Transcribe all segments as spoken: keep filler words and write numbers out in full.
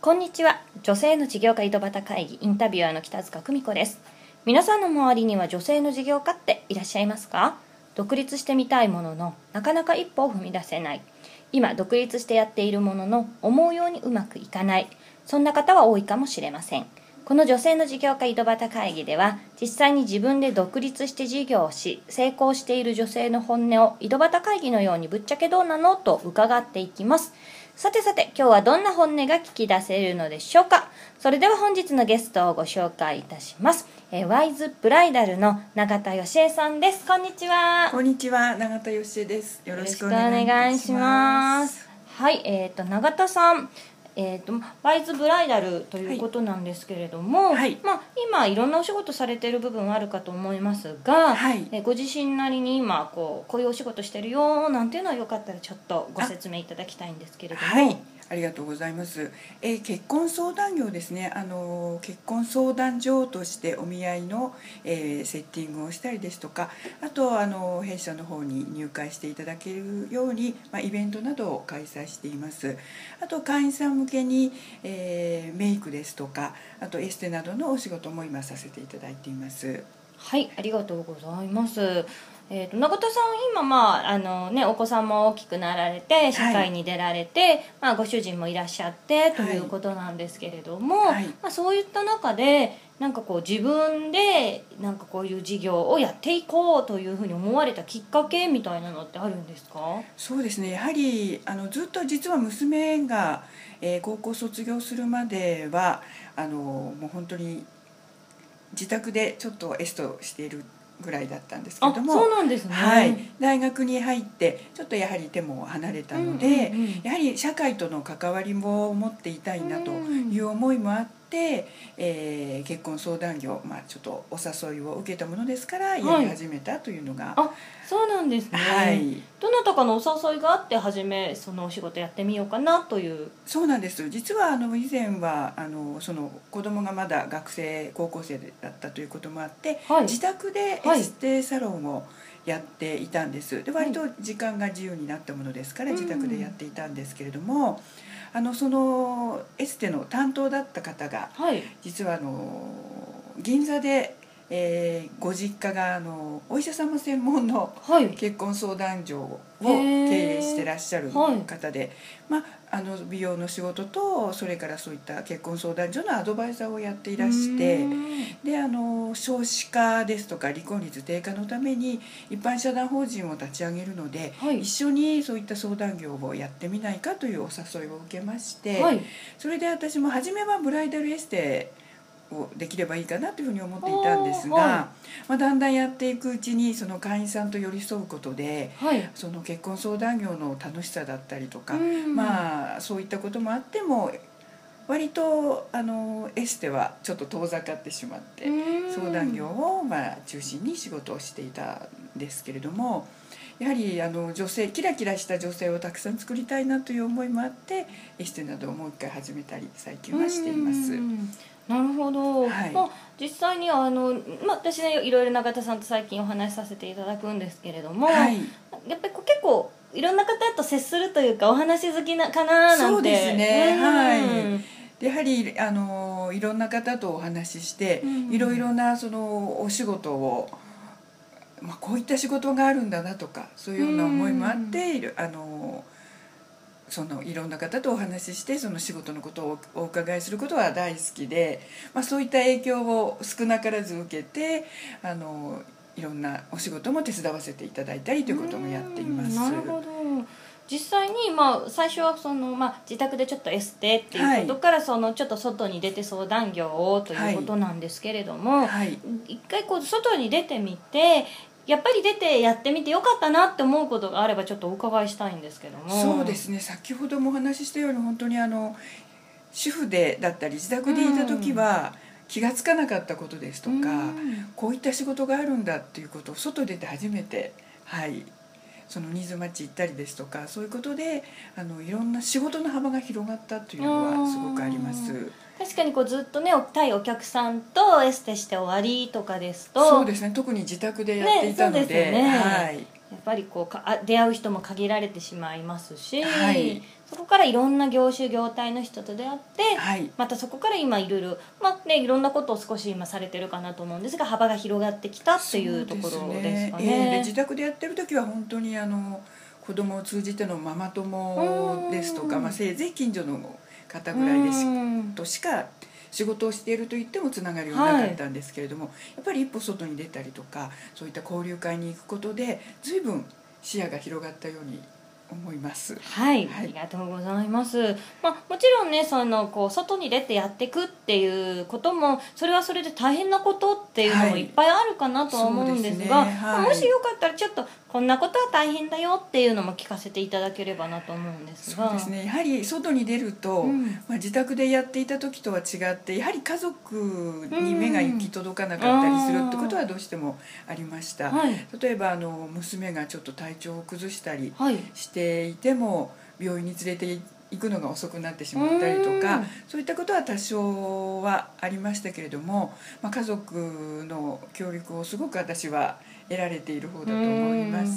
こんにちは。女性の事業家井戸端会議インタビュアーの北塚久美子です。皆さんの周りには女性の事業家っていらっしゃいますか？独立してみたいもののなかなか一歩を踏み出せない、今独立してやっているものの思うようにうまくいかない、そんな方は多いかもしれません。この女性の事業家井戸端会議では、実際に自分で独立して事業をし成功している女性の本音を井戸端会議のようにぶっちゃけどうなのと伺っていきます。さてさて、今日はどんな本音が聞き出せるのでしょうか。それでは本日のゲストをご紹介いたします。えー、ワイズブライダルの永田芳恵さんです。こんにちは。 こんにちは、永田芳恵です。よろしくおよろしくお願いいた願いししま。 ます。はい、えっ、と永田さん、えー、とワイズブライダルということなんですけれども、 はいまあ、今いろんなお仕事されている部分はあるかと思いますが、 はいえーご自身なりに今こうこういうお仕事してるよなんていうのはよかったらちょっとご説明いただきたいんですけれども。 はい、ありがとうございます。えー結婚相談業ですね。あの結婚相談所としてお見合いの、えーセッティングをしたりですとか、あとあの弊社の方に入会していただけるように、まあ、イベントなどを開催しています。あと会員さん向けに、えーメイクですとか、あとエステなどのお仕事も今させていただいています。 はい、ありがとうございます。えー、と永田さん、今、まああのね、お子さんも大きくなられて社会に出られて、まあ、ご主人もいらっしゃってということなんですけれども、 はいまあ、そういった中でなんかこう自分でなんかこういう事業をやっていこうというふうに思われたきっかけみたいなのってあるんですか？ そうですね、やはりあのずっと実は娘が、えー高校卒業するまではあのもう本当に自宅でちょっとエステをしているぐらいだったんですけれども、 あ、そうなんですね。 はい、大学に入ってちょっとやはり手も離れたので、 うんうんうん、 やはり社会との関わりも持っていたいなという思いもあって、えー結婚相談業、まあ、ちょっとお誘いを受けたものですからやり始めたというのが、 あ、そうなんですね。 はい、 どなたかのお誘いがあって初めそのお仕事やってみようかなという。 そうなんです。実はあの以前はあのその子供がまだ学生高校生だったということもあって、 はい、 自宅でエステサロンをやっていたんです。で割と時間が自由になったものですから自宅でやっていたんですけれども、あのそのエステの担当だった方が、 はい、 実はあの銀座で、えーご実家があのお医者様専門のはい、 結婚相談所を経へー営してらっしゃる方で、まあ、あの美容の仕事とそれからそういった結婚相談所のアドバイザーをやっていらして、であの少子化ですとか離婚率低下のために一般社団法人を立ち上げるので、 はい、 一緒にそういった相談業をやってみないかというお誘いを受けまして、 はい、 それで私も初めはブライダルエステをできればいいかなというふうに思っていたんですが、 はい、 まあ、だんだんやっていくうちにその会員さんと寄り添うことで、 はい、 その結婚相談業の楽しさだったりとか、 うん、 まあそういったこともあっても割とあのエステはちょっと遠ざかってしまって、 うん、 相談業をまあ中心に仕事をしていたんですけれども、やはりあの女性キラキラした女性をたくさん作りたいなという思いもあってエステなどをもう一回始めたり最近はしています。 うん、なるほど、 はい、 まあ、実際にあの、まあ、私ねいろいろ永田さんと最近お話しさせていただくんですけれども、 はい、 やっぱりこう結構いろんな方と接するというかお話好きなかななんて。 そうですね、 うん、 はいでやはりあのいろんな方とお話しして、 うん、 いろいろなそのお仕事を、まあ、こういった仕事があるんだなとかそういうような思いもあって、うん、あのそのいろんな方とお話ししてその仕事のことをお伺いすることは大好きで、まあ、そういった影響を少なからず受けてあのいろんなお仕事も手伝わせていただいたりということもやっています。 なるほど。実際に、まあ、最初はその、まあ、自宅でちょっとエステっていうことから、はい、そのちょっと外に出て相談業をということなんですけれども、はい、一回こう外に出てみてやっぱり出てやってみてよかったなって思うことがあればちょっとお伺いしたいんですけども。 そうですね、先ほどもお話ししたように本当にあの主婦でだったり自宅でいた時は気がつかなかったことですとか、うん、こういった仕事があるんだっていうことを外出て初めて、はい、そのニーズマッチ行ったりですとかそういうことであのいろんな仕事の幅が広がったというのはすごくあります。 確かにこうずっとね対お客さんとエステして終わりとかですとそうですね、特に自宅でやっていたので、 ね、そうですよね、 はい、 やっぱりこうかあ出会う人も限られてしまいますし、 はい、 そこからいろんな業種業態の人と出会って、 はい、 またそこから今いろいろ、まあね、いろんなことを少し今されてるかなと思うんですが、幅が広がってきたっていうところですかね。 えー、で自宅でやってる時は本当にあの子供を通じてのママ友ですとか、まあ、せいぜい近所の方ぐらいでしとしか仕事をしていると言ってもつながりはなかったんですけれども、はい、やっぱり一歩外に出たりとかそういった交流会に行くことで随分視野が広がったように思います。 はい、はい、ありがとうございます。まあ、もちろんね、そのこう外に出てやっていくっていうこともそれはそれで大変なことっていうのもいっぱいあるかなとは思うんですが、はい、ね、はい、もしよかったらちょっとこんなことは大変だよっていうのも聞かせていただければなと思うんですが。 そうですね、やはり外に出ると、うん、まあ、自宅でやっていた時とは違ってやはり家族に目が行き届かなかったりするってことはどうしてもありました、はい、例えばあの娘がちょっと体調を崩したりしていても、病院に連れて行くのが遅くなってしまったりとか、そういったことは多少はありましたけれども、まあ、家族の協力をすごく私は得られている方だと思います。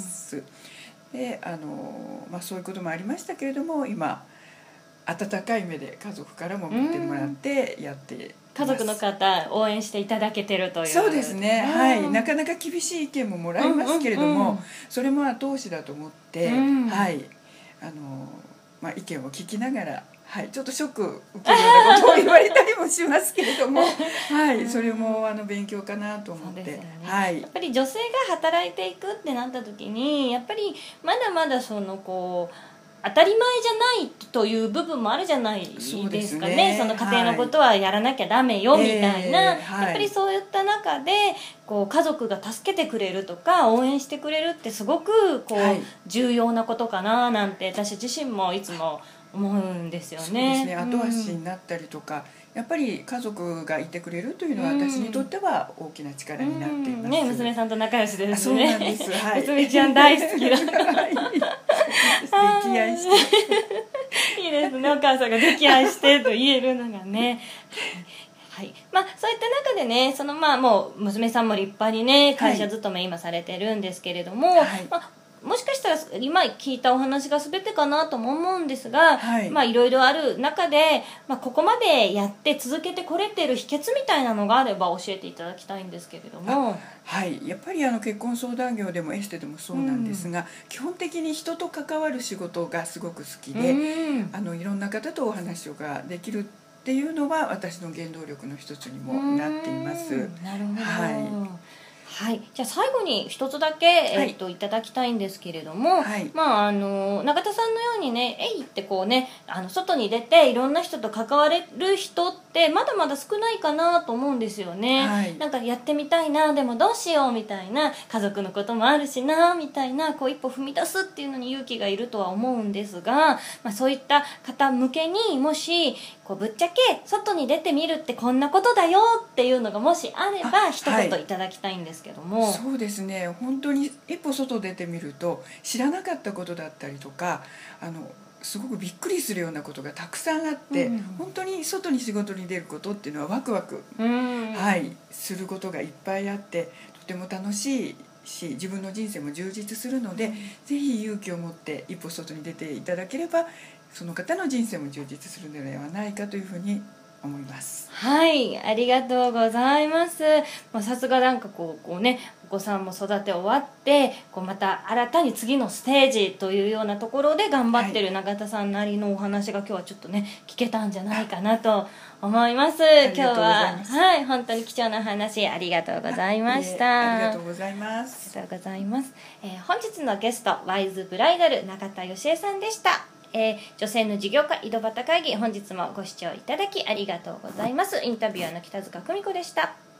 であの、まあ、そういうこともありましたけれども、今温かい目で家族からも見てもらってやっています。 家族の方応援していただけてるという。 そうですね、はい、なかなか厳しい意見ももらいますけれども、うんうんうん、それも後押しだと思って、うん、はい、あのまあ、意見を聞きながら、はい、ちょっとショック受けるようなことを言われたりもしますけれどもはい、それもあの勉強かなと思って、ね、はい、 やっぱり女性が働いていくってなった時にやっぱりまだまだそのこう当たり前じゃないという部分もあるじゃないですか ね, ねその家庭のことはやらなきゃダメよみたいな、はい、やっぱりそういった中でこう家族が助けてくれるとか応援してくれるってすごくこう、はい、重要なことかななんて私自身もいつも思うんですよね。 そうですね、後押しになったりとか、うん、やっぱり家族がいてくれるというのは私にとっては大きな力になっています、うんね、娘さんと仲良しですね。そうなんです、はい、 娘ちゃん大好きだはい溺愛していいですね、お母さんが溺愛してと言えるのがねはい、まあ、そういった中でね、そのまあもう娘さんも立派にね会社勤め今されてるんですけれども、はい、まあもしかしたら今聞いたお話が全てかなとも思うんですが、はい、まあいろいろある中で、まあ、ここまでやって続けてこれてる秘訣みたいなのがあれば教えていただきたいんですけれども。 はい、やっぱりあの結婚相談業でもエステでもそうなんですが、うん、基本的に人と関わる仕事がすごく好きで、うん、あのいろんな方とお話ができるっていうのは私の原動力の一つにもなっています。 なるほど、 はいはい、じゃあ最後に一つだけ、えー、といただきたいんですけれども、はい、まあ、あの永田さんのようにねえいってこうねあの外に出ていろんな人と関われる人ってまだまだ少ないかなと思うんですよね、はい、なんかやってみたいなでもどうしようみたいな家族のこともあるしなみたいなこう一歩踏み出すっていうのに勇気がいるとは思うんですが、まあ、そういった方向けにもしこうぶっちゃけ外に出てみるってこんなことだよっていうのがもしあれば一言いただきたいんですけども、はい、 そうですね、本当に一歩外出てみると知らなかったことだったりとかあのすごくびっくりするようなことがたくさんあって、うん、本当に外に仕事に出ることっていうのはワクワク、はい、することがいっぱいあってとても楽しいし自分の人生も充実するので、うん、ぜひ勇気を持って一歩外に出ていただければその方の人生も充実するのではないかというふうに思います。 はい、ありがとうございます。まあ、さすがなんかこう、こうねお子さんも育て終わってこうまた新たに次のステージというようなところで頑張ってる永田さんなりのお話が今日はちょっとね聞けたんじゃないかなと思います。今日ははい本当に貴重な話ありがとうございました。 ありがとうございます。 ありがとうございます。えー、本日のゲストワイズブライダル永田芳恵さんでした。えー、女性の事業家井戸端会議本日もご視聴いただきありがとうございます。インタビュアーの北塚久美子でした。